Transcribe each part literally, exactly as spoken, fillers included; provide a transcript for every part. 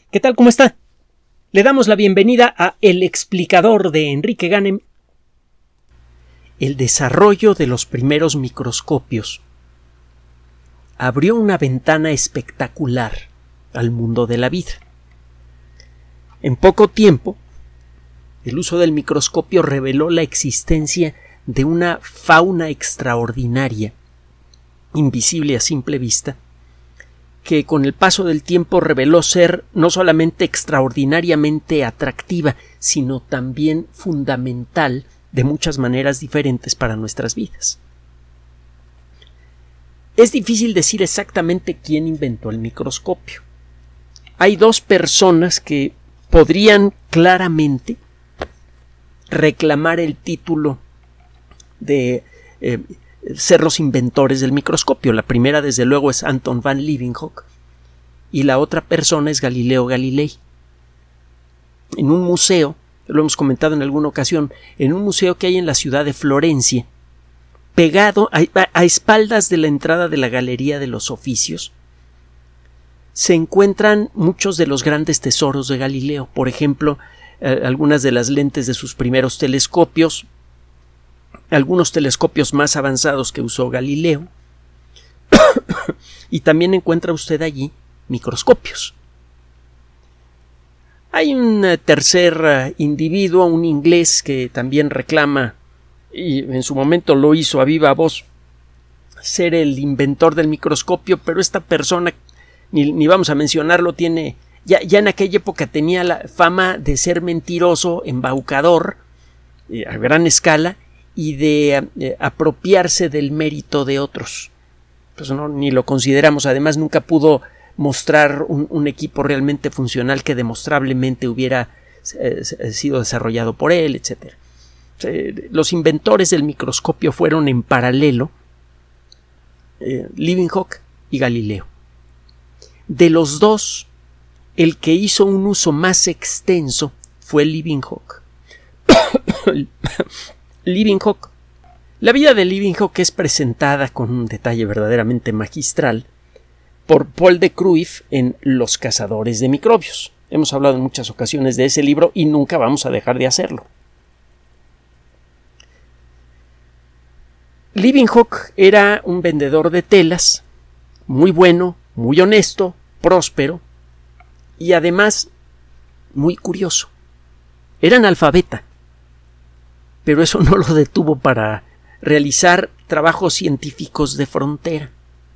¿Qué tal? ¿Cómo está? Le damos la bienvenida a El explicador de Enrique Ganem. El desarrollo de los primeros microscopios abrió una ventana espectacular al mundo de la vida. En poco tiempo, el uso del microscopio reveló la existencia de una fauna extraordinaria, invisible a simple vista, que con el paso del tiempo reveló ser no solamente extraordinariamente atractiva, sino también fundamental de muchas maneras diferentes para nuestras vidas. Es difícil decir exactamente quién inventó el microscopio. Hay dos personas que podrían claramente reclamar el título de eh, ser los inventores del microscopio. La primera, desde luego, es Anton van Leeuwenhoek y la otra persona es Galileo Galilei. En un museo, lo hemos comentado en alguna ocasión, en un museo que hay en la ciudad de Florencia, pegado a, a, a espaldas de la entrada de la Galería de los Oficios, se encuentran muchos de los grandes tesoros de Galileo. Por ejemplo, eh, algunas de las lentes de sus primeros telescopios, algunos telescopios más avanzados que usó Galileo, y también encuentra usted allí microscopios. Hay un tercer uh, individuo, un inglés, que también reclama, y en su momento lo hizo a viva voz, ser el inventor del microscopio, pero esta persona, ni, ni vamos a mencionarlo, tiene ya, ya en aquella época tenía la fama de ser mentiroso, embaucador, eh, a gran escala, y de eh, apropiarse del mérito de otros. Pues no, ni lo consideramos. Además, nunca pudo mostrar un, un equipo realmente funcional que demostrablemente hubiera eh, sido desarrollado por él, etcétera. Eh, los inventores del microscopio fueron en paralelo eh, Leeuwenhoek y Galileo. De los dos, el que hizo un uso más extenso fue Leeuwenhoek. Leeuwenhoek. La vida de Leeuwenhoek es presentada con un detalle verdaderamente magistral por Paul de Kruif en Los cazadores de microbios. Hemos hablado en muchas ocasiones de ese libro y nunca vamos a dejar de hacerlo. Leeuwenhoek era un vendedor de telas, muy bueno, muy honesto, próspero y además muy curioso. Era analfabeta, pero eso no lo detuvo para realizar trabajos científicos de frontera.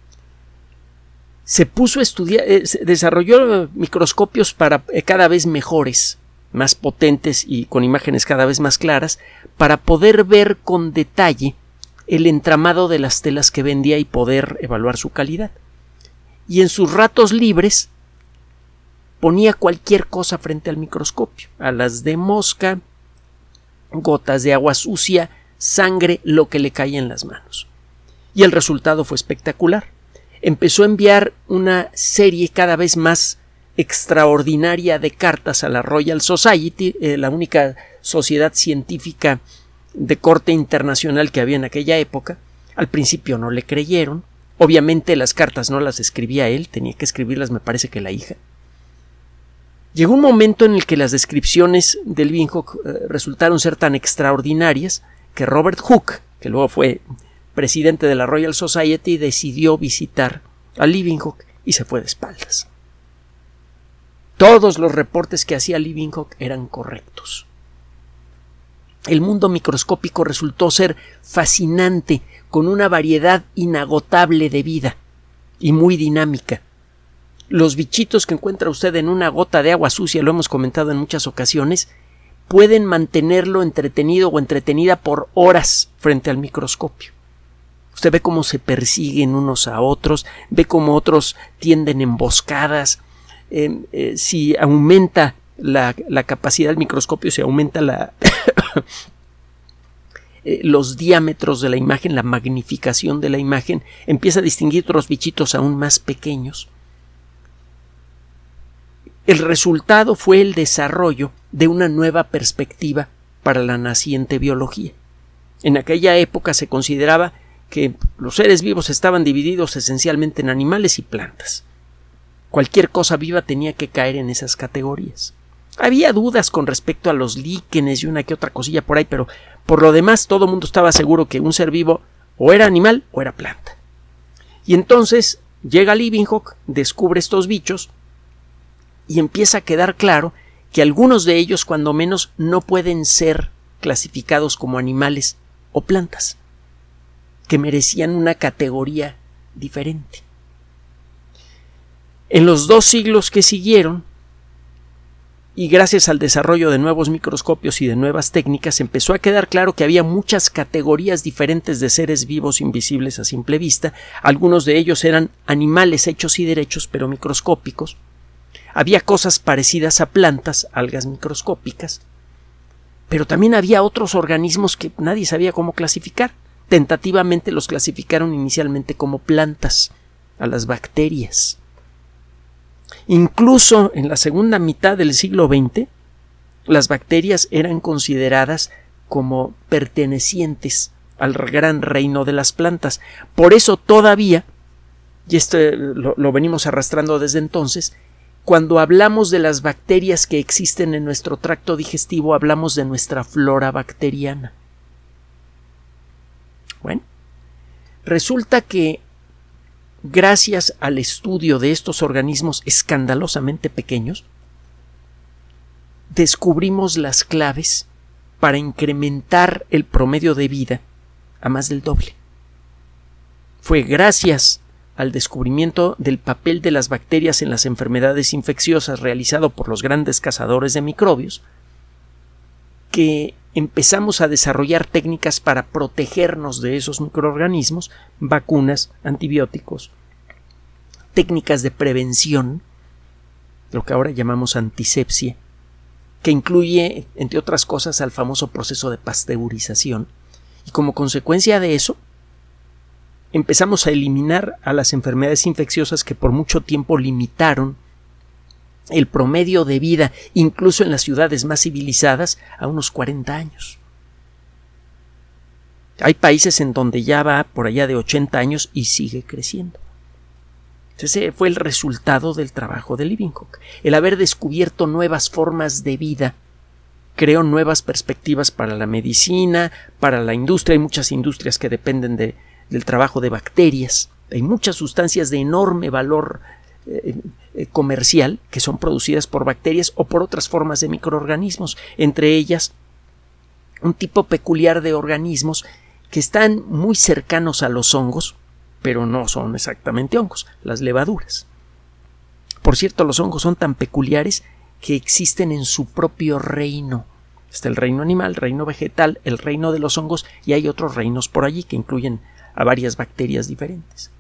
Se puso a estudiar, eh, desarrolló microscopios para eh, cada vez mejores, más potentes y con imágenes cada vez más claras, para poder ver con detalle el entramado de las telas que vendía y poder evaluar su calidad. Y en sus ratos libres ponía cualquier cosa frente al microscopio, alas de mosca, gotas de agua sucia, sangre, lo que le caía en las manos. Y el resultado fue espectacular. Empezó a enviar una serie cada vez más extraordinaria de cartas a la Royal Society, eh, la única sociedad científica de corte internacional que había en aquella época. Al principio no le creyeron. Obviamente las cartas no las escribía él, tenía que escribirlas, me parece que la hija. Llegó un momento en el que las descripciones de Leeuwenhoek eh, resultaron ser tan extraordinarias que Robert Hooke, que luego fue presidente de la Royal Society, decidió visitar a Leeuwenhoek y se fue de espaldas. Todos los reportes que hacía Leeuwenhoek eran correctos. El mundo microscópico resultó ser fascinante, con una variedad inagotable de vida y muy dinámica. Los bichitos que encuentra usted en una gota de agua sucia, lo hemos comentado en muchas ocasiones, pueden mantenerlo entretenido o entretenida por horas frente al microscopio. Usted ve cómo se persiguen unos a otros, ve cómo otros tienden emboscadas. Eh, eh, si aumenta la, la capacidad del microscopio, si aumenta la eh, los diámetros de la imagen, la magnificación de la imagen, empieza a distinguir otros bichitos aún más pequeños. El resultado fue el desarrollo de una nueva perspectiva para la naciente biología. En aquella época se consideraba que los seres vivos estaban divididos esencialmente en animales y plantas. Cualquier cosa viva tenía que caer en esas categorías. Había dudas con respecto a los líquenes y una que otra cosilla por ahí, pero por lo demás todo el mundo estaba seguro que un ser vivo o era animal o era planta. Y entonces llega Leeuwenhoek, descubre estos bichos y empieza a quedar claro que algunos de ellos, cuando menos, no pueden ser clasificados como animales o plantas, que merecían una categoría diferente. En los dos siglos que siguieron, y gracias al desarrollo de nuevos microscopios y de nuevas técnicas, empezó a quedar claro que había muchas categorías diferentes de seres vivos invisibles a simple vista. Algunos de ellos eran animales hechos y derechos, pero microscópicos. Había cosas parecidas a plantas, algas microscópicas, pero también había otros organismos que nadie sabía cómo clasificar. Tentativamente los clasificaron inicialmente como plantas, a las bacterias. Incluso en la segunda mitad del siglo veinte, las bacterias eran consideradas como pertenecientes al gran reino de las plantas. Por eso todavía, y esto lo, lo venimos arrastrando desde entonces, cuando hablamos de las bacterias que existen en nuestro tracto digestivo, hablamos de nuestra flora bacteriana. Bueno, resulta que gracias al estudio de estos organismos escandalosamente pequeños, descubrimos las claves para incrementar el promedio de vida a más del doble. Fue gracias al descubrimiento del papel de las bacterias en las enfermedades infecciosas realizado por los grandes cazadores de microbios que empezamos a desarrollar técnicas para protegernos de esos microorganismos, vacunas, antibióticos, técnicas de prevención, lo que ahora llamamos antisepsia, que incluye, entre otras cosas, al famoso proceso de pasteurización. Y como consecuencia de eso, empezamos a eliminar a las enfermedades infecciosas que por mucho tiempo limitaron el promedio de vida, incluso en las ciudades más civilizadas, a unos cuarenta años. Hay países en donde ya va por allá de ochenta años y sigue creciendo. Ese fue el resultado del trabajo de Leeuwenhoek. El haber descubierto nuevas formas de vida creó nuevas perspectivas para la medicina, para la industria. Hay muchas industrias que dependen de, del trabajo de bacterias. Hay muchas sustancias de enorme valor eh, eh, comercial que son producidas por bacterias o por otras formas de microorganismos, entre ellas un tipo peculiar de organismos que están muy cercanos a los hongos, pero no son exactamente hongos, las levaduras. Por cierto, los hongos son tan peculiares que existen en su propio reino. Está el reino animal, el reino vegetal, el reino de los hongos, y hay otros reinos por allí que incluyen a varias bacterias diferentes.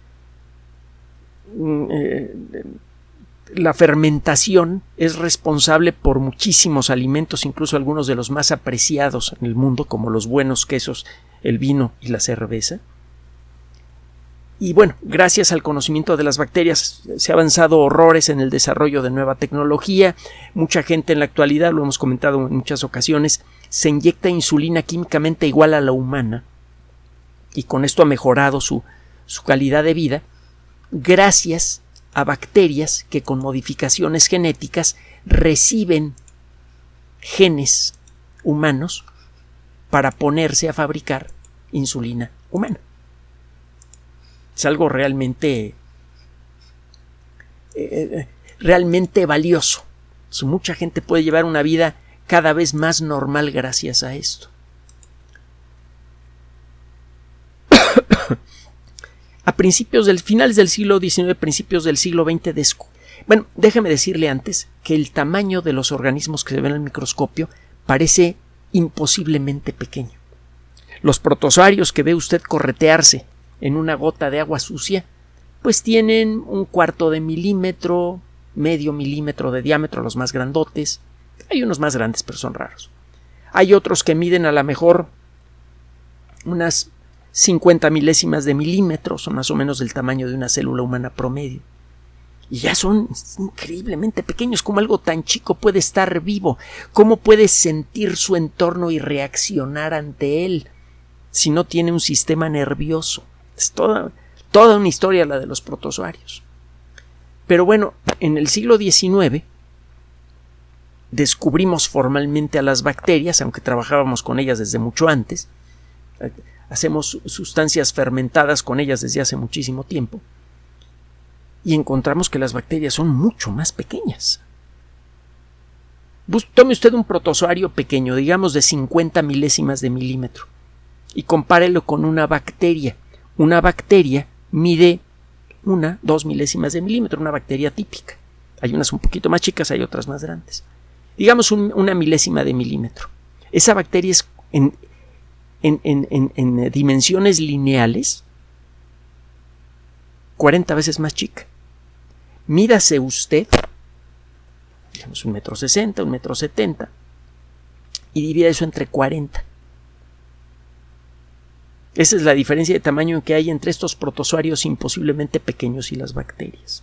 La fermentación es responsable por muchísimos alimentos, incluso algunos de los más apreciados en el mundo, como los buenos quesos, el vino y la cerveza. Y bueno, gracias al conocimiento de las bacterias se ha avanzado horrores en el desarrollo de nueva tecnología. Mucha gente en la actualidad, lo hemos comentado en muchas ocasiones, se inyecta insulina químicamente igual a la humana y con esto ha mejorado su, su calidad de vida gracias a bacterias que con modificaciones genéticas reciben genes humanos para ponerse a fabricar insulina humana. Es algo realmente eh, realmente valioso. Mucha gente puede llevar una vida cada vez más normal gracias a esto. A principios del finales del siglo diecinueve, principios del siglo veinte, descu- bueno, déjeme decirle antes que el tamaño de los organismos que se ven en el microscopio parece imposiblemente pequeño. Los protozoarios que ve usted corretearse en una gota de agua sucia, pues tienen un cuarto de milímetro, medio milímetro de diámetro, los más grandotes. Hay unos más grandes, pero son raros. Hay otros que miden a lo mejor unas cincuenta milésimas de milímetros, son más o menos del tamaño de una célula humana promedio. Y ya son increíblemente pequeños. ¿Cómo algo tan chico puede estar vivo? ¿Cómo puede sentir su entorno y reaccionar ante él si no tiene un sistema nervioso? Es toda, toda una historia la de los protozoarios. Pero bueno, en el siglo diecinueve descubrimos formalmente a las bacterias, aunque trabajábamos con ellas desde mucho antes. Hacemos sustancias fermentadas con ellas desde hace muchísimo tiempo. Y encontramos que las bacterias son mucho más pequeñas. Tome usted un protozoario pequeño, digamos de cincuenta milésimas de milímetro, y compárelo con una bacteria. Una bacteria mide una, dos milésimas de milímetro, una bacteria típica. Hay unas un poquito más chicas, hay otras más grandes. Digamos un, una milésima de milímetro. Esa bacteria es en, en, en, en, en dimensiones lineales cuarenta veces más chica. Mídase usted, digamos un metro sesenta, un metro setenta, y divida eso entre cuarenta. Esa es la diferencia de tamaño que hay entre estos protozoarios imposiblemente pequeños y las bacterias.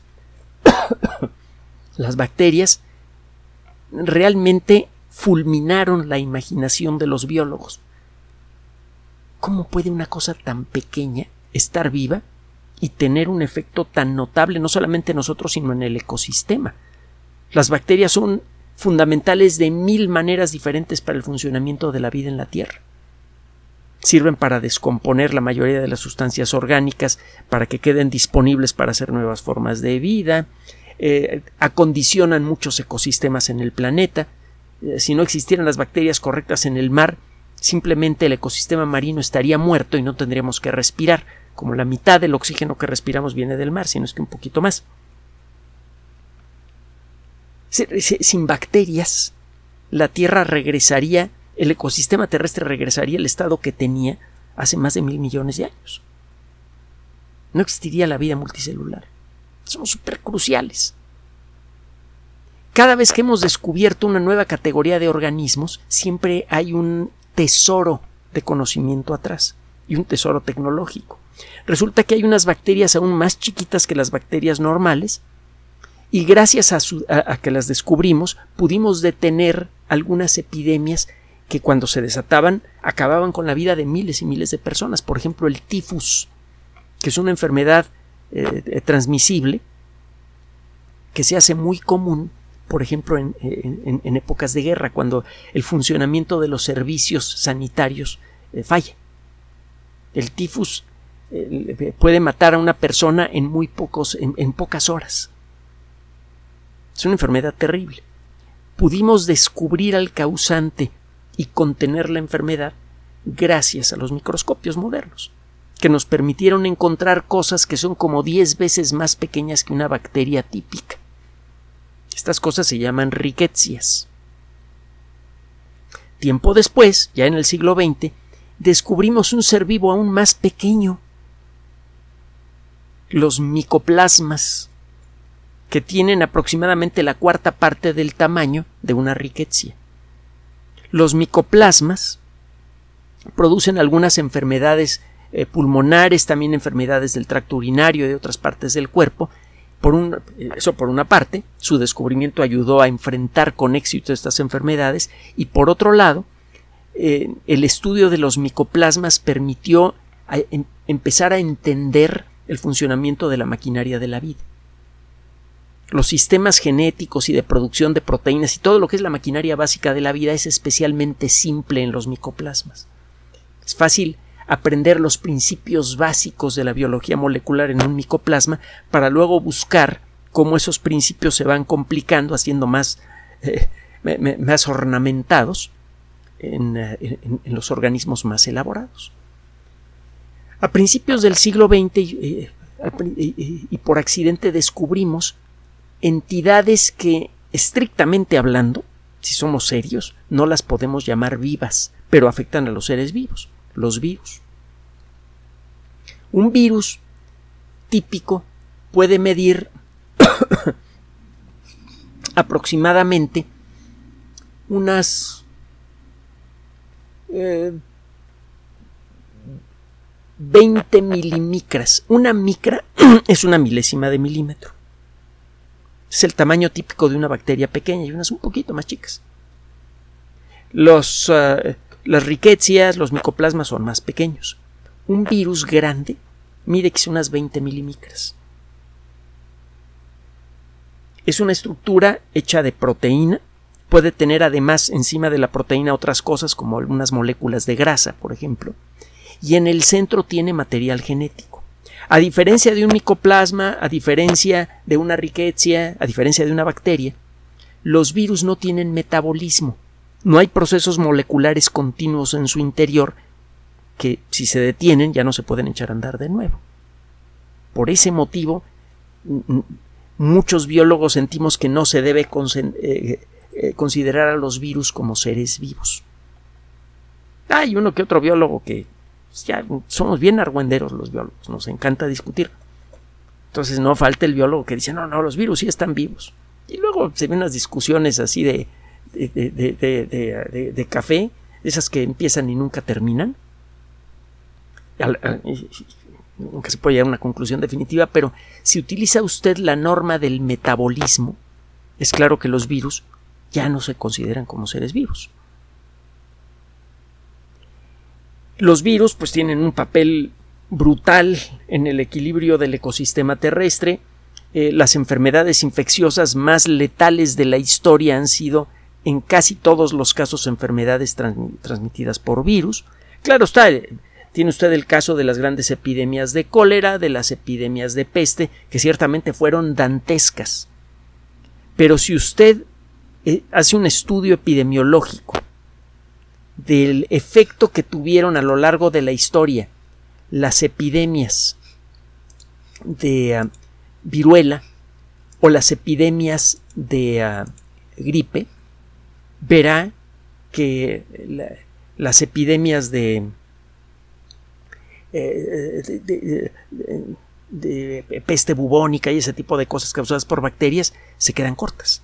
Las bacterias realmente fulminaron la imaginación de los biólogos. ¿Cómo puede una cosa tan pequeña estar viva y tener un efecto tan notable no solamente en nosotros sino en el ecosistema? Las bacterias son fundamentales de mil maneras diferentes para el funcionamiento de la vida en la Tierra. Sirven para descomponer la mayoría de las sustancias orgánicas, para que queden disponibles para hacer nuevas formas de vida, eh, acondicionan muchos ecosistemas en el planeta. Eh, si no existieran las bacterias correctas en el mar, simplemente el ecosistema marino estaría muerto y no tendríamos que respirar. Como la mitad del oxígeno que respiramos viene del mar, si no es que un poquito más. Sin bacterias, la Tierra regresaría, el ecosistema terrestre regresaría al estado que tenía hace más de mil millones de años. No existiría la vida multicelular. Somos súper cruciales. Cada vez que hemos descubierto una nueva categoría de organismos, siempre hay un tesoro de conocimiento atrás y un tesoro tecnológico. Resulta que hay unas bacterias aún más chiquitas que las bacterias normales, y gracias a, su, a, a que las descubrimos pudimos detener algunas epidemias que cuando se desataban acababan con la vida de miles y miles de personas. Por ejemplo, el tifus, que es una enfermedad eh, transmisible que se hace muy común, por ejemplo, en, en, en épocas de guerra, cuando el funcionamiento de los servicios sanitarios eh, falla. El tifus eh, puede matar a una persona en muy pocos, en, en pocas horas. Es una enfermedad terrible. Pudimos descubrir al causante y contener la enfermedad gracias a los microscopios modernos, que nos permitieron encontrar cosas que son como diez veces más pequeñas que una bacteria típica. Estas cosas se llaman rickettsias. Tiempo después, ya en el siglo veinte, descubrimos un ser vivo aún más pequeño, los micoplasmas, que tienen aproximadamente la cuarta parte del tamaño de una rickettsia. Los micoplasmas producen algunas enfermedades eh, pulmonares, también enfermedades del tracto urinario y de otras partes del cuerpo. Por un, eso por una parte, su descubrimiento ayudó a enfrentar con éxito estas enfermedades, y por otro lado, eh, el estudio de los micoplasmas permitió a, en, empezar a entender el funcionamiento de la maquinaria de la vida. Los sistemas genéticos y de producción de proteínas y todo lo que es la maquinaria básica de la vida es especialmente simple en los micoplasmas. Es fácil aprender los principios básicos de la biología molecular en un micoplasma para luego buscar cómo esos principios se van complicando, haciendo más, eh, más ornamentados en, en, en los organismos más elaborados. A principios del siglo veinte eh, y, y por accidente descubrimos entidades que, estrictamente hablando, si somos serios, no las podemos llamar vivas, pero afectan a los seres vivos, los virus. Un virus típico puede medir aproximadamente unas eh, veinte milimicras. Una micra es una milésima de milímetro. Es el tamaño típico de una bacteria pequeña y unas un poquito más chicas. Los, uh, las rickettsias, los micoplasmas son más pequeños. Un virus grande mide quizá unas veinte milimicras. Es una estructura hecha de proteína. Puede tener además encima de la proteína otras cosas como algunas moléculas de grasa, por ejemplo. Y en el centro tiene material genético. A diferencia de un micoplasma, a diferencia de una rickettsia, a diferencia de una bacteria, los virus no tienen metabolismo. No hay procesos moleculares continuos en su interior que, si se detienen, ya no se pueden echar a andar de nuevo. Por ese motivo, muchos biólogos sentimos que no se debe eh, eh, considerar a los virus como seres vivos. Hay uno que otro biólogo que ya somos bien argüenderos los biólogos, nos encanta discutir. Entonces no falta el biólogo que dice, no, no, los virus sí están vivos. Y luego se ven unas discusiones así de, de, de, de, de, de, de, de café, esas que empiezan y nunca terminan. Nunca se puede llegar a una conclusión definitiva, pero si utiliza usted la norma del metabolismo, es claro que los virus ya no se consideran como seres vivos. Los virus pues tienen un papel brutal en el equilibrio del ecosistema terrestre. Eh, las enfermedades infecciosas más letales de la historia han sido en casi todos los casos enfermedades trans- transmitidas por virus. Claro está, eh, tiene usted el caso de las grandes epidemias de cólera, de las epidemias de peste, que ciertamente fueron dantescas. Pero si usted eh, hace un estudio epidemiológico del efecto que tuvieron a lo largo de la historia las epidemias de uh, viruela o las epidemias de uh, gripe, verá que la, las epidemias de, eh, de, de, de, de peste bubónica y ese tipo de cosas causadas por bacterias se quedan cortas.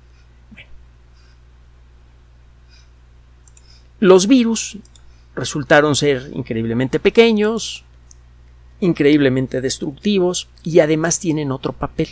Los virus resultaron ser increíblemente pequeños, increíblemente destructivos y además tienen otro papel.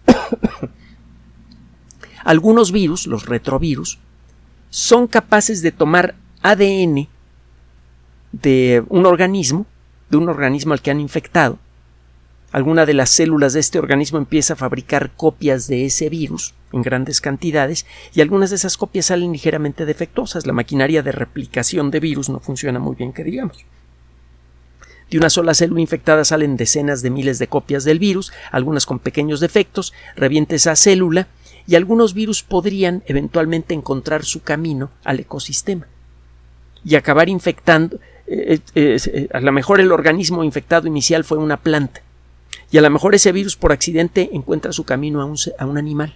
Algunos virus, los retrovirus, son capaces de tomar A D N de un organismo, de un organismo al que han infectado. Alguna de las células de este organismo empieza a fabricar copias de ese virus en grandes cantidades y algunas de esas copias salen ligeramente defectuosas. La maquinaria de replicación de virus no funciona muy bien, que digamos. De una sola célula infectada salen decenas de miles de copias del virus, algunas con pequeños defectos, revienta esa célula y algunos virus podrían eventualmente encontrar su camino al ecosistema y acabar infectando. Eh, eh, eh, a lo mejor el organismo infectado inicial fue una planta. Y a lo mejor ese virus por accidente encuentra su camino a un, a un animal.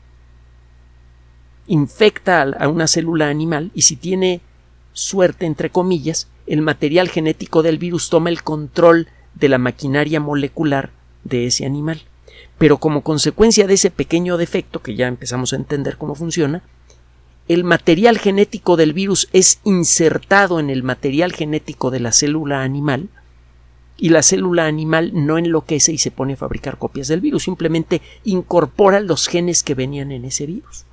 Infecta a una célula animal y si tiene suerte, entre comillas, el material genético del virus toma el control de la maquinaria molecular de ese animal. Pero como consecuencia de ese pequeño defecto, que ya empezamos a entender cómo funciona, el material genético del virus es insertado en el material genético de la célula animal y la célula animal no enloquece y se pone a fabricar copias del virus, simplemente incorpora los genes que venían en ese virus.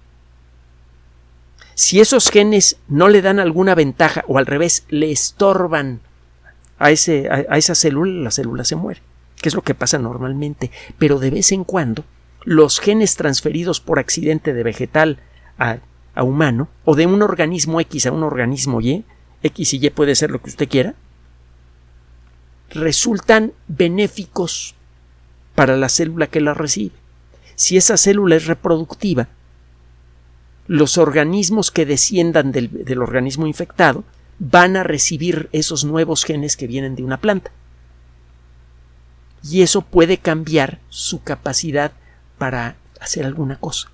Si esos genes no le dan alguna ventaja o al revés le estorban a, ese, a, a esa célula, la célula se muere, que es lo que pasa normalmente. Pero de vez en cuando los genes transferidos por accidente de vegetal a, a humano o de un organismo X a un organismo Y, X y Y puede ser lo que usted quiera, resultan benéficos para la célula que la recibe. Si esa célula es reproductiva, los organismos que desciendan del, del organismo infectado van a recibir esos nuevos genes que vienen de una planta. Y eso puede cambiar su capacidad para hacer alguna cosa.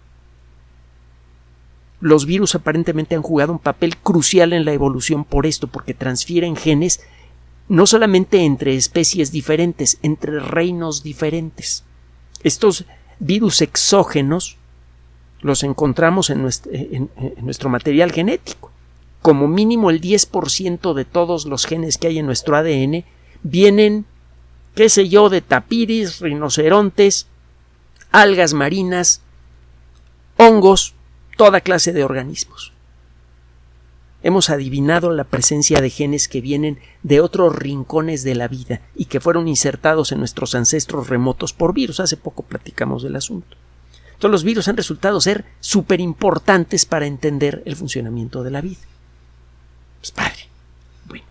Los virus aparentemente han jugado un papel crucial en la evolución por esto, porque transfieren genes no solamente entre especies diferentes, entre reinos diferentes. Estos virus exógenos los encontramos en nuestro, en, en nuestro material genético. Como mínimo el diez por ciento de todos los genes que hay en nuestro A D N vienen, qué sé yo, de tapiris, rinocerontes, algas marinas, hongos, toda clase de organismos. Hemos adivinado la presencia de genes que vienen de otros rincones de la vida y que fueron insertados en nuestros ancestros remotos por virus. Hace poco platicamos del asunto. Entonces los virus han resultado ser súper importantes para entender el funcionamiento de la vida. Pues padre. Bueno.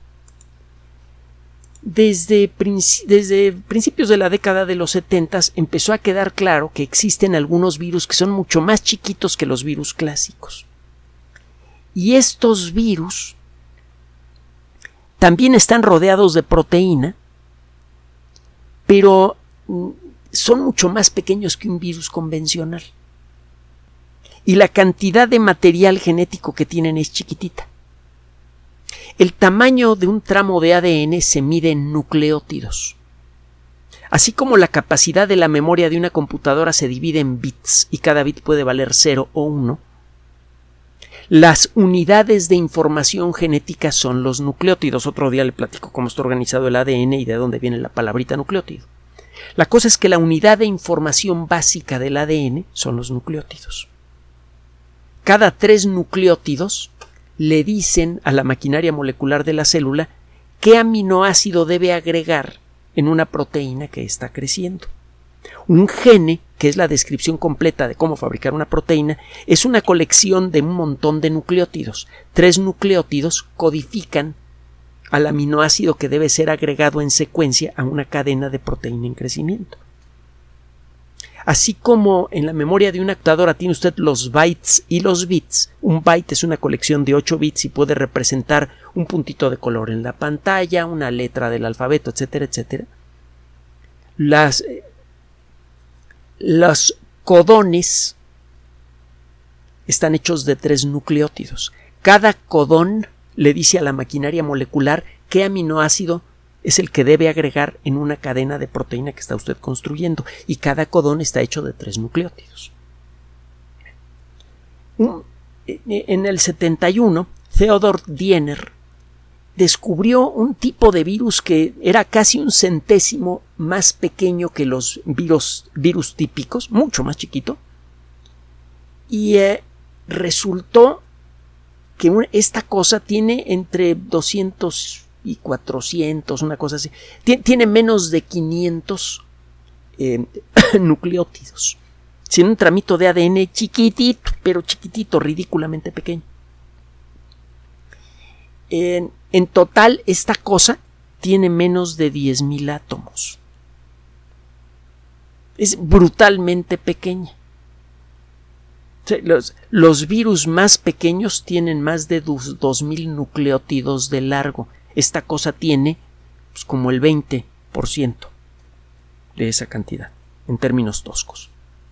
Desde, princi- desde principios de la década de los setentas empezó a quedar claro que existen algunos virus que son mucho más chiquitos que los virus clásicos. Y estos virus también están rodeados de proteína, pero son mucho más pequeños que un virus convencional. Y la cantidad de material genético que tienen es chiquitita. El tamaño de un tramo de A D N se mide en nucleótidos. Así como la capacidad de la memoria de una computadora se divide en bits y cada bit puede valer cero o uno, las unidades de información genética son los nucleótidos. Otro día le platico cómo está organizado el A D N y de dónde viene la palabrita nucleótido. La cosa es que la unidad de información básica del A D N son los nucleótidos. Cada tres nucleótidos le dicen a la maquinaria molecular de la célula qué aminoácido debe agregar en una proteína que está creciendo. Un gene, que es la descripción completa de cómo fabricar una proteína, es una colección de un montón de nucleótidos. Tres nucleótidos codifican al aminoácido que debe ser agregado en secuencia a una cadena de proteína en crecimiento. Así como en la memoria de una computadora tiene usted los bytes y los bits, un byte es una colección de ocho bits y puede representar un puntito de color en la pantalla, una letra del alfabeto, etcétera, etcétera. Las, eh, los codones están hechos de tres nucleótidos. Cada codón le dice a la maquinaria molecular qué aminoácido es el que debe agregar en una cadena de proteína que está usted construyendo, y cada codón está hecho de tres nucleótidos. En el setenta y uno, Theodor Diener descubrió un tipo de virus que era casi un centésimo más pequeño que los virus, virus típicos, mucho más chiquito, y eh, resultó que un, esta cosa tiene entre doscientos y cuatrocientos, una cosa así. Tien, tiene menos de quinientos eh, nucleótidos. Tiene un tramito de A D N chiquitito, pero chiquitito, ridículamente pequeño. En, en total, esta cosa tiene menos de diez mil átomos. Es brutalmente pequeña. Los, los virus más pequeños tienen más de dos mil nucleótidos de largo. Esta cosa tiene pues, como el veinte por ciento de esa cantidad, en términos toscos.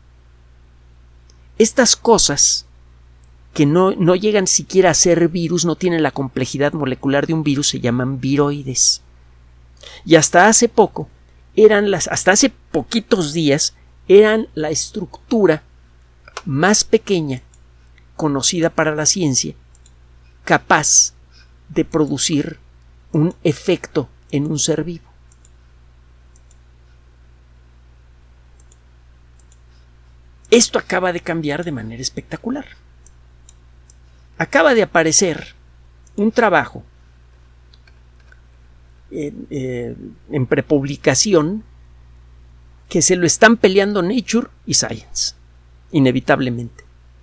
Estas cosas que no, no llegan siquiera a ser virus, no tienen la complejidad molecular de un virus, se llaman viroides. Y hasta hace poco, eran las, hasta hace poquitos días, eran la estructura más pequeña conocida para la ciencia, capaz de producir un efecto en un ser vivo. Esto acaba de cambiar de manera espectacular. Acaba de aparecer un trabajo en, eh, en prepublicación que se lo están peleando Nature y Science, inevitablemente.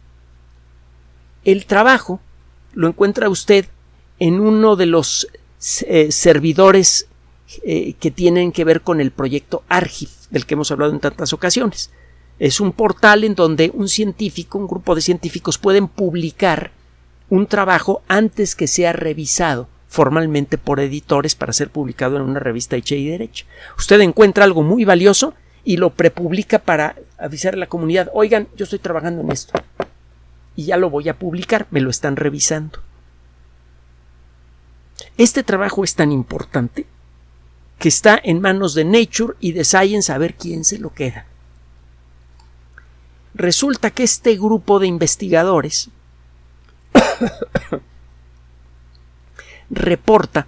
El trabajo lo encuentra usted en uno de los eh, servidores eh, que tienen que ver con el proyecto ARGIF, del que hemos hablado en tantas ocasiones. Es un portal en donde un científico, un grupo de científicos pueden publicar un trabajo antes que sea revisado formalmente por editores para ser publicado en una revista hecha y derecha. Usted encuentra algo muy valioso y lo prepublica para avisar a la comunidad: oigan, yo estoy trabajando en esto y ya lo voy a publicar, me lo están revisando. Este trabajo es tan importante que está en manos de Nature y de Science, a ver quién se lo queda. Resulta que este grupo de investigadores reporta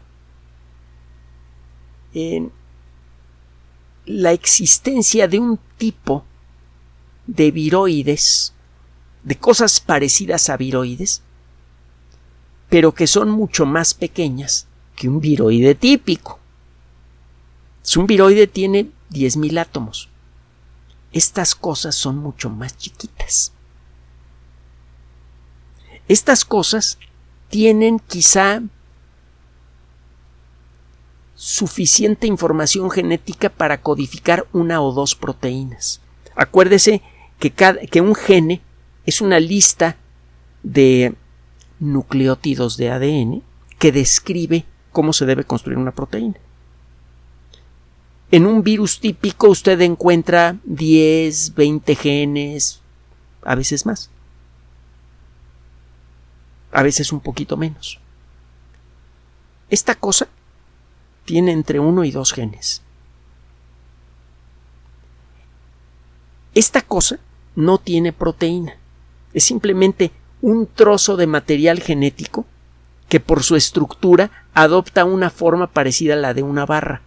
en la existencia de un tipo de viroides, de cosas parecidas a viroides, pero que son mucho más pequeñas que un viroide típico. Un viroide tiene diez mil átomos. estas cosas son mucho más chiquitas. Estas cosas tienen quizá suficiente información genética para codificar una o dos proteínas. Acuérdese que, cada, que un gene es una lista de nucleótidos de A D N que describe cómo se debe construir una proteína. En un virus típico usted encuentra diez, veinte genes, a veces más, a veces un poquito menos. Esta cosa tiene entre uno y dos genes. Esta cosa no tiene proteína, es simplemente un trozo de material genético que por su estructura adopta una forma parecida a la de una barra.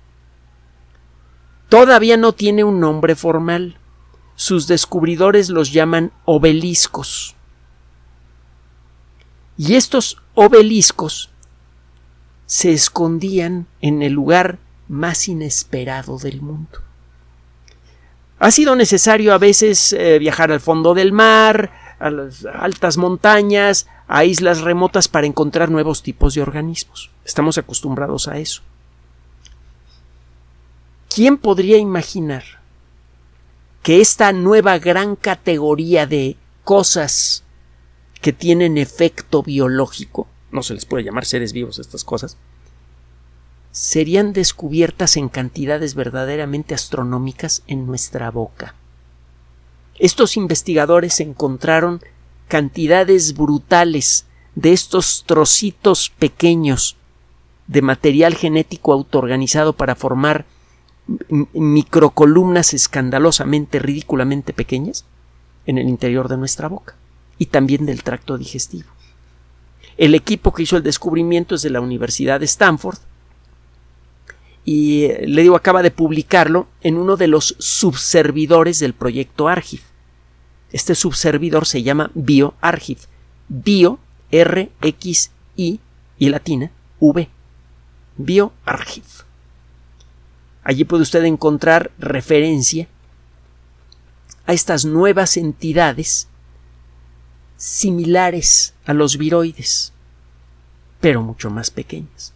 Todavía no tiene un nombre formal. Sus descubridores los llaman obeliscos. Y estos obeliscos se escondían en el lugar más inesperado del mundo. Ha sido necesario a veces eh, viajar al fondo del mar, a las altas montañas, a islas remotas para encontrar nuevos tipos de organismos. Estamos acostumbrados a eso. ¿Quién podría imaginar que esta nueva gran categoría de cosas que tienen efecto biológico, no se les puede llamar seres vivos a estas cosas, serían descubiertas en cantidades verdaderamente astronómicas en nuestra boca? Estos investigadores encontraron cantidades brutales de estos trocitos pequeños de material genético autoorganizado para formar microcolumnas escandalosamente, ridículamente pequeñas en el interior de nuestra boca y también del tracto digestivo. El equipo que hizo el descubrimiento es de la Universidad de Stanford y le digo, acaba de publicarlo en uno de los subservidores del proyecto ARGIV. Este subservidor se llama BioArchive. Bio, R, X, I y latina, V. BioArchive. Allí puede usted encontrar referencia a estas nuevas entidades similares a los viroides, pero mucho más pequeñas.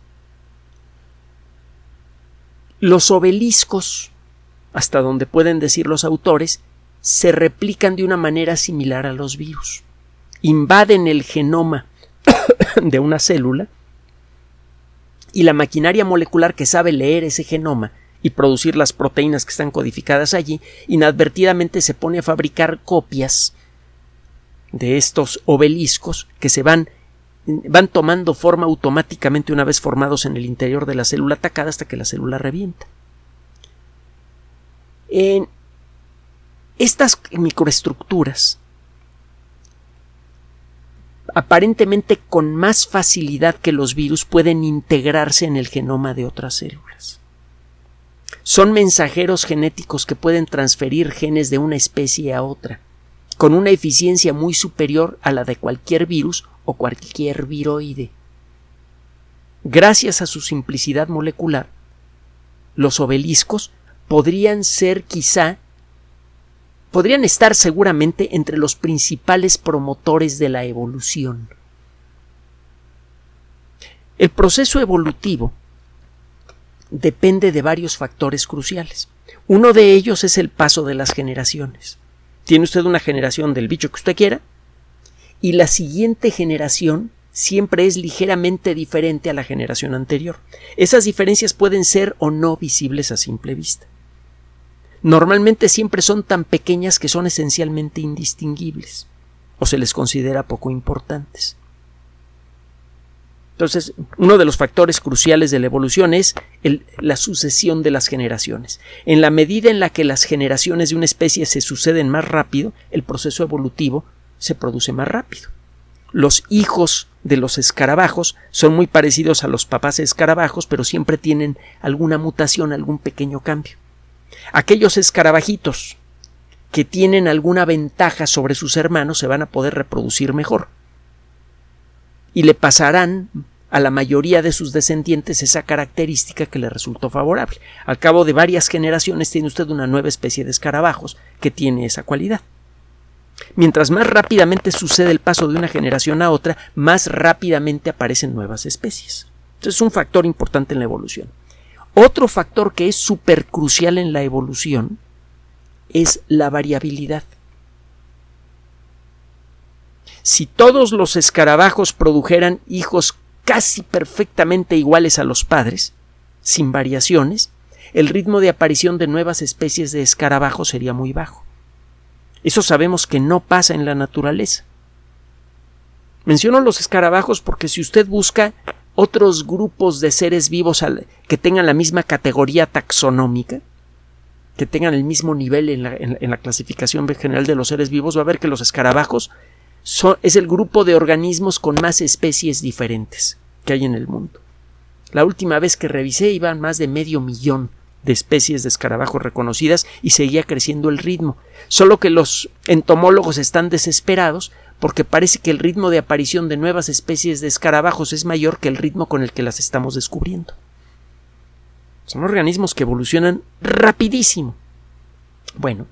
Los obeliscos, hasta donde pueden decir los autores, se replican de una manera similar a los virus. Invaden el genoma de una célula y la maquinaria molecular que sabe leer ese genoma y producir las proteínas que están codificadas allí, inadvertidamente se pone a fabricar copias de estos obeliscos que se van, van tomando forma automáticamente una vez formados en el interior de la célula atacada hasta que la célula revienta. En estas microestructuras, aparentemente con más facilidad que los virus, pueden integrarse en el genoma de otras células. Son mensajeros genéticos que pueden transferir genes de una especie a otra, con una eficiencia muy superior a la de cualquier virus o cualquier viroide. Gracias a su simplicidad molecular, los obeliscos podrían ser quizá, podrían estar seguramente entre los principales promotores de la evolución. El proceso evolutivo depende de varios factores cruciales. Uno de ellos es el paso de las generaciones. Tiene usted una generación del bicho que usted quiera y la siguiente generación siempre es ligeramente diferente a la generación anterior. Esas diferencias pueden ser o no visibles a simple vista. Normalmente siempre son tan pequeñas que son esencialmente indistinguibles o se les considera poco importantes. Entonces, uno de los factores cruciales de la evolución es el, la sucesión de las generaciones. En la medida en la que las generaciones de una especie se suceden más rápido, el proceso evolutivo se produce más rápido. Los hijos de los escarabajos son muy parecidos a los papás escarabajos, pero siempre tienen alguna mutación, algún pequeño cambio. Aquellos escarabajitos que tienen alguna ventaja sobre sus hermanos se van a poder reproducir mejor y le pasarán a la mayoría de sus descendientes esa característica que le resultó favorable. Al cabo de varias generaciones tiene usted una nueva especie de escarabajos que tiene esa cualidad. Mientras más rápidamente sucede el paso de una generación a otra, más rápidamente aparecen nuevas especies. Entonces es un factor importante en la evolución. Otro factor que es súper crucial en la evolución es la variabilidad. Si todos los escarabajos produjeran hijos casi perfectamente iguales a los padres, sin variaciones, el ritmo de aparición de nuevas especies de escarabajos sería muy bajo. Eso sabemos que no pasa en la naturaleza. Menciono los escarabajos porque si usted busca otros grupos de seres vivos que tengan la misma categoría taxonómica, que tengan el mismo nivel en la, en, en la clasificación general de los seres vivos, va a ver que los escarabajos son, es el grupo de organismos con más especies diferentes que hay en el mundo. La última vez que revisé iban más de medio millón de especies de escarabajos reconocidas y seguía creciendo el ritmo. Solo que los entomólogos están desesperados porque parece que el ritmo de aparición de nuevas especies de escarabajos es mayor que el ritmo con el que las estamos descubriendo. Son organismos que evolucionan rapidísimo. Bueno,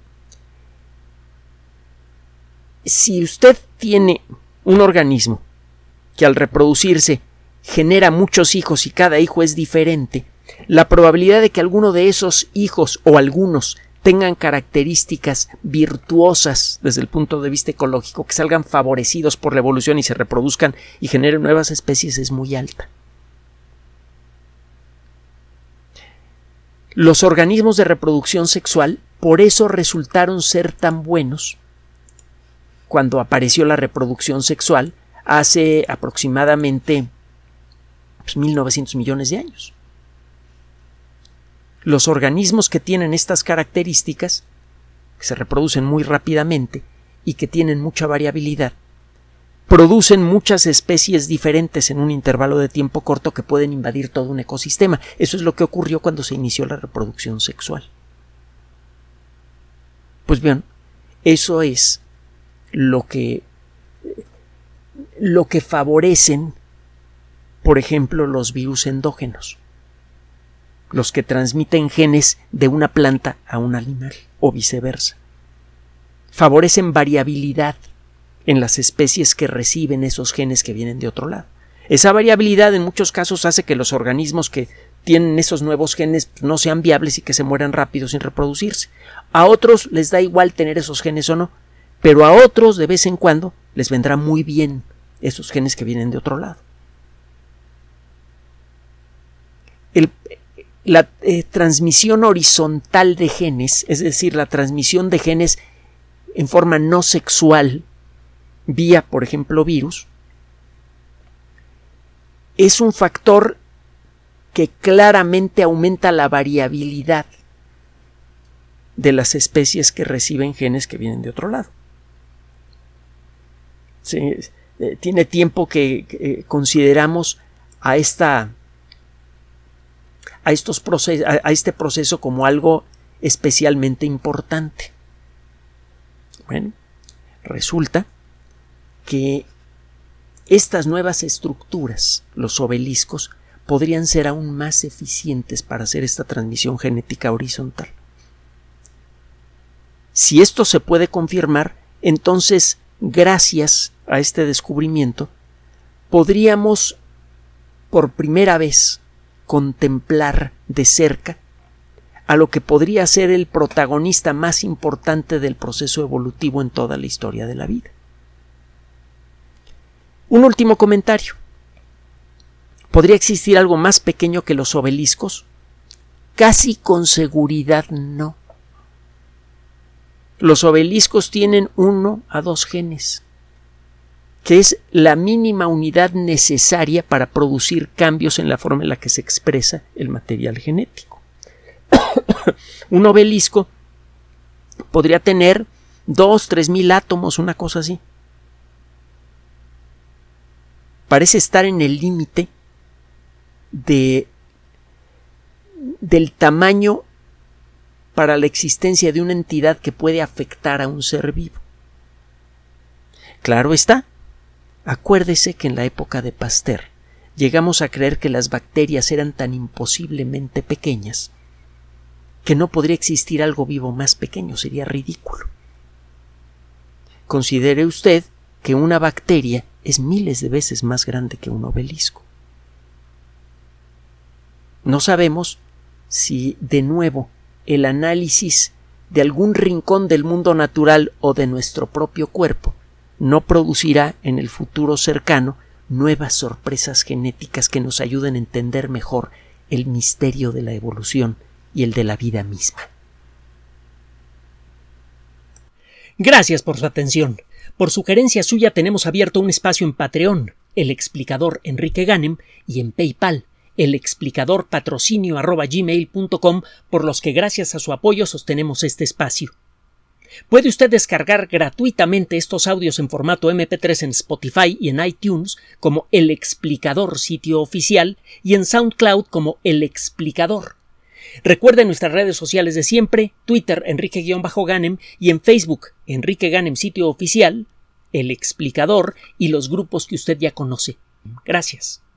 si usted tiene un organismo que al reproducirse genera muchos hijos y cada hijo es diferente, la probabilidad de que alguno de esos hijos o algunos tengan características virtuosas desde el punto de vista ecológico, que salgan favorecidos por la evolución y se reproduzcan y generen nuevas especies, es muy alta. Los organismos de reproducción sexual por eso resultaron ser tan buenos cuando apareció la reproducción sexual hace aproximadamente pues, mil novecientos millones de años. Los organismos que tienen estas características, que se reproducen muy rápidamente y que tienen mucha variabilidad, producen muchas especies diferentes en un intervalo de tiempo corto que pueden invadir todo un ecosistema. Eso es lo que ocurrió cuando se inició la reproducción sexual. Pues bien, eso es lo que, lo que favorecen, por ejemplo, los virus endógenos, los que transmiten genes de una planta a un animal o viceversa. Favorecen variabilidad en las especies que reciben esos genes que vienen de otro lado. Esa variabilidad en muchos casos hace que los organismos que tienen esos nuevos genes no sean viables y que se mueran rápido sin reproducirse. A otros les da igual tener esos genes o no, pero a otros de vez en cuando les vendrá muy bien esos genes que vienen de otro lado. El, la eh, transmisión horizontal de genes, es decir, la transmisión de genes en forma no sexual vía, por ejemplo, virus, es un factor que claramente aumenta la variabilidad de las especies que reciben genes que vienen de otro lado. Sí, eh, tiene tiempo que eh, consideramos a esta a estos procesos, a, a este proceso como algo especialmente importante. Bueno, resulta que estas nuevas estructuras, los obeliscos, podrían ser aún más eficientes para hacer esta transmisión genética horizontal. Si esto se puede confirmar, entonces, gracias a este descubrimiento, podríamos por primera vez contemplar de cerca a lo que podría ser el protagonista más importante del proceso evolutivo en toda la historia de la vida. Un último comentario. ¿Podría existir algo más pequeño que los obeliscos? Casi con seguridad no. Los obeliscos tienen uno a dos genes, que es la mínima unidad necesaria para producir cambios en la forma en la que se expresa el material genético. Un obelisco podría tener dos, tres mil átomos, una cosa así. Parece estar en el límite de del tamaño para la existencia de una entidad que puede afectar a un ser vivo. Claro está, acuérdese que en la época de Pasteur llegamos a creer que las bacterias eran tan imposiblemente pequeñas que no podría existir algo vivo más pequeño, sería ridículo. Considere usted que una bacteria es miles de veces más grande que un obelisco. No sabemos si, de nuevo, el análisis de algún rincón del mundo natural o de nuestro propio cuerpo no producirá en el futuro cercano nuevas sorpresas genéticas que nos ayuden a entender mejor el misterio de la evolución y el de la vida misma. Gracias por su atención. Por sugerencia suya tenemos abierto un espacio en Patreon, el explicador Enrique Ganem, y en PayPal, el explicador patrocinio arroba gmail punto com, por los que gracias a su apoyo sostenemos este espacio. Puede usted descargar gratuitamente estos audios en formato eme pe tres en Spotify y en iTunes como El Explicador sitio oficial y en SoundCloud como El Explicador. Recuerde nuestras redes sociales de siempre, Twitter Enrique-Ganem y en Facebook Enrique Ganem sitio oficial, El Explicador y los grupos que usted ya conoce. Gracias.